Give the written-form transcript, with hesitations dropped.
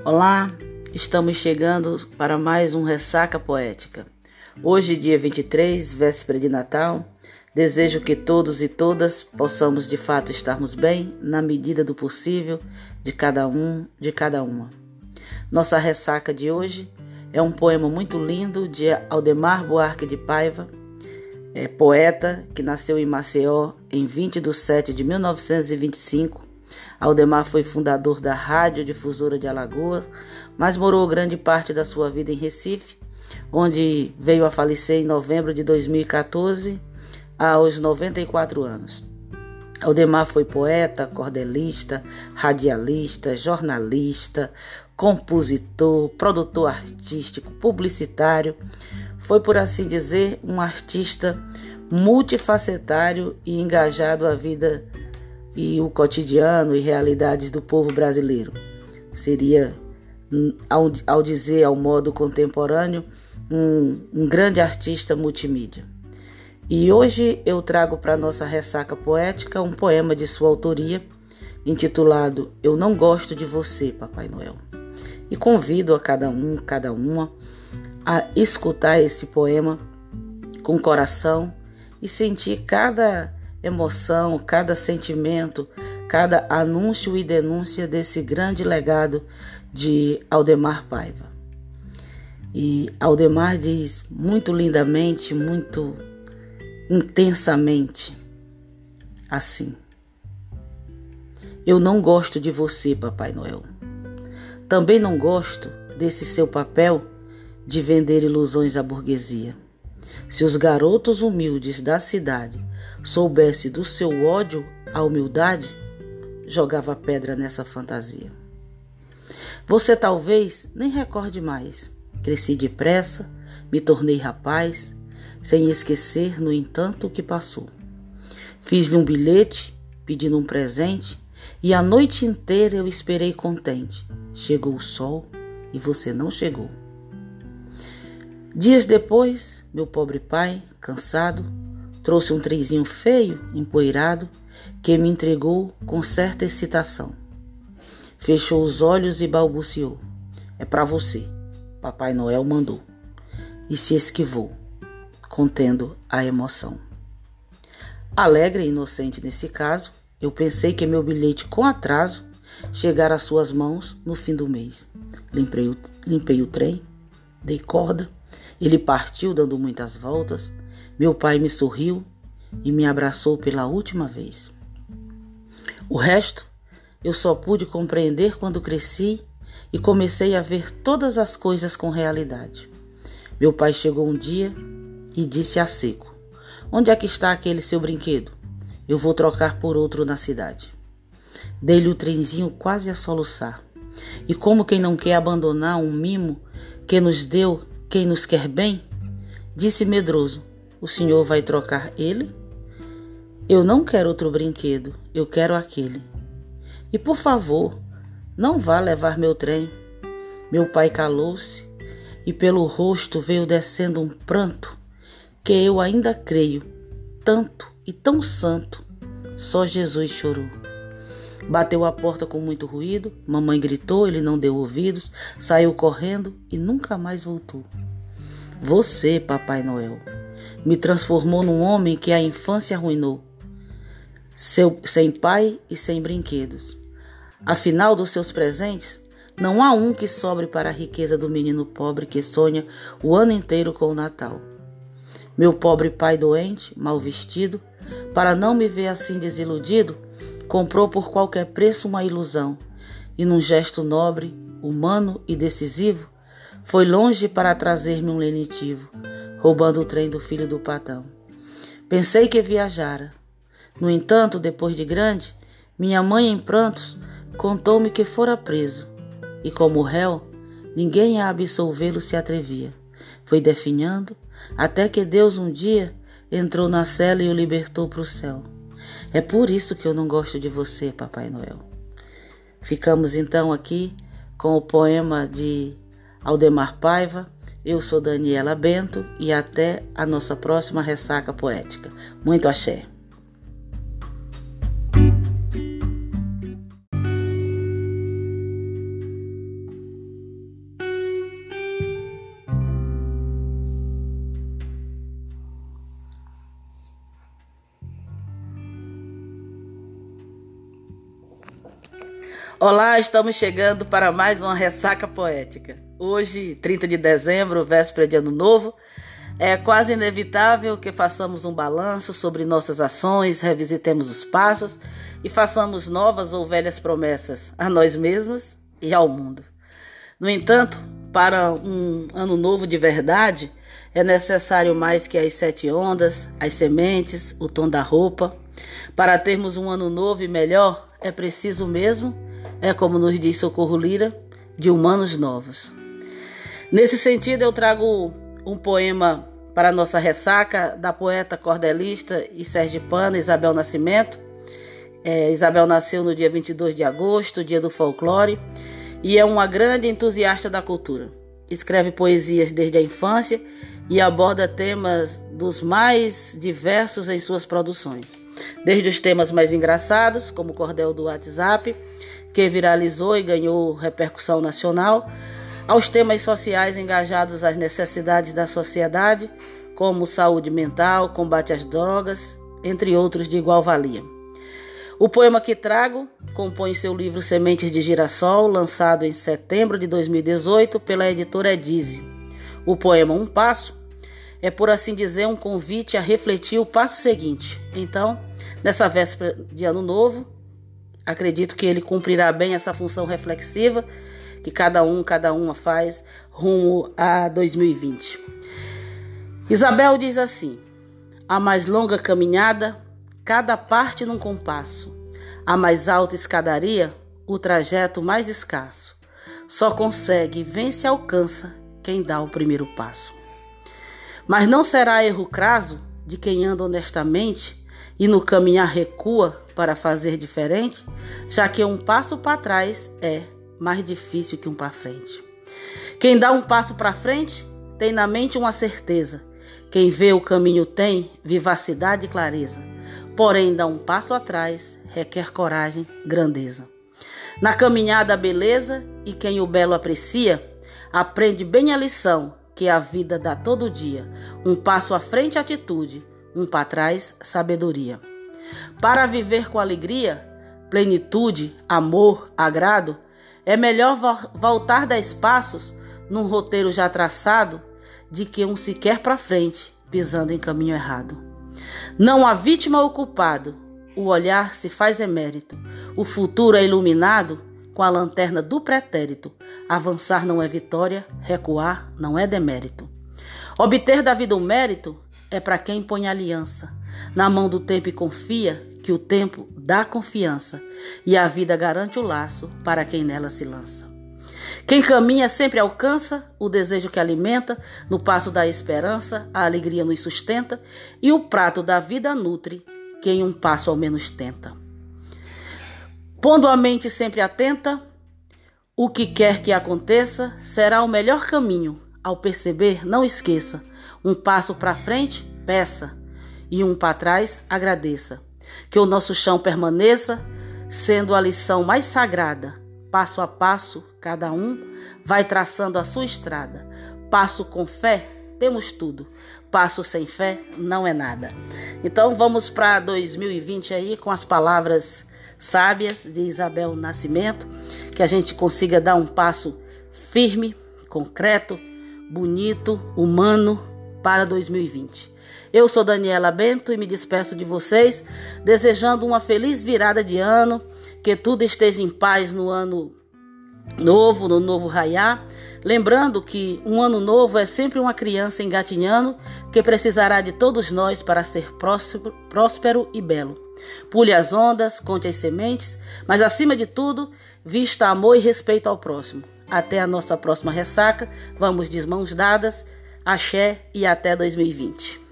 Olá, estamos chegando para mais um Ressaca Poética. Hoje, dia 23, véspera de Natal, desejo que todos e todas possamos de fato estarmos bem na medida do possível de cada um, de cada uma. Nossa ressaca de hoje é um poema muito lindo de Aldemar Buarque de Paiva, poeta que nasceu em Maceió em 20 de setembro de 1925. Aldemar foi fundador da Rádio Difusora de Alagoas, mas morou grande parte da sua vida em Recife, onde veio a falecer em novembro de 2014, aos 94 anos. Aldemar foi poeta, cordelista, radialista, jornalista, compositor, produtor artístico, publicitário. Foi, por assim dizer, um artista multifacetário e engajado à vida e o cotidiano e realidades do povo brasileiro. Seria, ao dizer ao modo contemporâneo, um grande artista multimídia. E hoje eu trago para nossa ressaca poética um poema de sua autoria, intitulado Eu Não Gosto de Você, Papai Noel. E convido a cada um, cada uma, a escutar esse poema com coração e sentir cada emoção, cada sentimento, cada anúncio e denúncia desse grande legado de Aldemar Paiva. E Aldemar diz muito lindamente, muito intensamente, assim: Eu não gosto de você, Papai Noel. Também não gosto desse seu papel de vender ilusões à burguesia. Se os garotos humildes da cidade soubessem do seu ódio à humildade, jogava pedra nessa fantasia. Você talvez nem recorde mais. Cresci depressa, me tornei rapaz, sem esquecer, no entanto, o que passou. Fiz-lhe um bilhete, pedindo um presente, e a noite inteira eu esperei contente. Chegou o sol e você não chegou. Dias depois, meu pobre pai, cansado, trouxe um trenzinho feio, empoeirado, que me entregou com certa excitação. Fechou os olhos e balbuciou: É para você, Papai Noel mandou. E se esquivou, contendo a emoção. Alegre e inocente nesse caso, eu pensei que meu bilhete com atraso chegara às suas mãos no fim do mês. Limpei o trem, dei corda, ele partiu dando muitas voltas. Meu pai me sorriu e me abraçou pela última vez. O resto eu só pude compreender quando cresci e comecei a ver todas as coisas com realidade. Meu pai chegou um dia e disse a seco: Onde é que está aquele seu brinquedo? Eu vou trocar por outro na cidade. Dei-lhe o trenzinho quase a soluçar. E como quem não quer abandonar um mimo que nos deu quem nos quer bem, disse medroso: O senhor vai trocar ele? Eu não quero outro brinquedo, eu quero aquele. E por favor, não vá levar meu trem. Meu pai calou-se e pelo rosto veio descendo um pranto que eu ainda creio, tanto e tão santo, só Jesus chorou. Bateu a porta com muito ruído, mamãe gritou, ele não deu ouvidos, saiu correndo e nunca mais voltou. Você, Papai Noel, me transformou num homem que a infância arruinou, sem pai e sem brinquedos. Afinal dos seus presentes, não há um que sobre para a riqueza do menino pobre que sonha o ano inteiro com o Natal. Meu pobre pai doente, mal vestido, para não me ver assim desiludido, comprou por qualquer preço uma ilusão e num gesto nobre, humano e decisivo, foi longe para trazer-me um lenitivo, roubando o trem do filho do patrão. Pensei que viajara. No entanto, depois de grande, minha mãe em prantos contou-me que fora preso e como réu, ninguém a absolvê-lo se atrevia. Foi definhando até que Deus um dia entrou na cela e o libertou para o céu. É por isso que eu não gosto de você, Papai Noel. Ficamos então aqui com o poema de Aldemar Paiva. Eu sou Daniela Bento e até a nossa próxima ressaca poética. Muito axé. Olá, estamos chegando para mais uma ressaca poética. Hoje, 30 de dezembro, véspera de Ano Novo, é quase inevitável que façamos um balanço sobre nossas ações, revisitemos os passos e façamos novas ou velhas promessas a nós mesmos e ao mundo. No entanto, para um ano novo de verdade, é necessário mais que as 7 ondas, as sementes, o tom da roupa. Para termos um ano novo e melhor, é preciso mesmo, como nos diz Socorro Lira, de humanos novos. Nesse sentido, eu trago um poema para a nossa ressaca da poeta, cordelista e sergipana Isabel Nascimento. Isabel nasceu no dia 22 de agosto, dia do folclore, e é uma grande entusiasta da cultura. Escreve poesias desde a infância e aborda temas dos mais diversos em suas produções. Desde os temas mais engraçados, como o cordel do WhatsApp, que viralizou e ganhou repercussão nacional, aos temas sociais engajados às necessidades da sociedade, como saúde mental, combate às drogas, entre outros de igual valia. O poema que trago compõe seu livro Sementes de Girassol, lançado em setembro de 2018 pela editora Edise. O poema Um Passo é, por assim dizer, um convite a refletir o passo seguinte. Então, nessa véspera de Ano Novo, acredito que ele cumprirá bem essa função reflexiva que cada uma faz rumo a 2020. Isabel diz assim: a mais longa caminhada, cada parte num compasso. A mais alta escadaria, o trajeto mais escasso. Só consegue, vence e alcança quem dá o primeiro passo. Mas não será erro crasso de quem anda honestamente e no caminhar recua para fazer diferente, já que um passo para trás é mais difícil que um para frente. Quem dá um passo para frente tem na mente uma certeza. Quem vê o caminho tem vivacidade e clareza. Porém, dá um passo atrás requer coragem, grandeza. Na caminhada a beleza, e quem o belo aprecia, aprende bem a lição que a vida dá todo dia. Um passo à frente atitude, um para trás sabedoria. Para viver com alegria, plenitude, amor, agrado, é melhor voltar 10 passos num roteiro já traçado de que um sequer para frente, pisando em caminho errado. Não há vítima ou culpado, o olhar se faz emérito, o futuro é iluminado com a lanterna do pretérito. Avançar não é vitória, recuar não é demérito. Obter da vida um mérito é para quem põe aliança na mão do tempo e confia que o tempo dá confiança e a vida garante o laço para quem nela se lança. Quem caminha sempre alcança o desejo que alimenta, no passo da esperança a alegria nos sustenta e o prato da vida nutre quem um passo ao menos tenta. Pondo a mente sempre atenta, o que quer que aconteça será o melhor caminho. Ao perceber, não esqueça, um passo para frente, peça, e um para trás, agradeça. Que o nosso chão permaneça, sendo a lição mais sagrada. Passo a passo, cada um vai traçando a sua estrada. Passo com fé, temos tudo. Passo sem fé, não é nada. Então vamos para 2020 aí com as palavras sábias de Isabel Nascimento, que a gente consiga dar um passo firme, concreto, bonito, humano para 2020. Eu sou Daniela Bento e me despeço de vocês, desejando uma feliz virada de ano, que tudo esteja em paz no ano novo, no novo raiar. Lembrando que um ano novo é sempre uma criança engatinhando, que precisará de todos nós para ser próspero e belo. Pule as ondas, conte as sementes, mas acima de tudo, vista amor e respeito ao próximo. Até a nossa próxima ressaca, vamos de mãos dadas, axé e até 2020.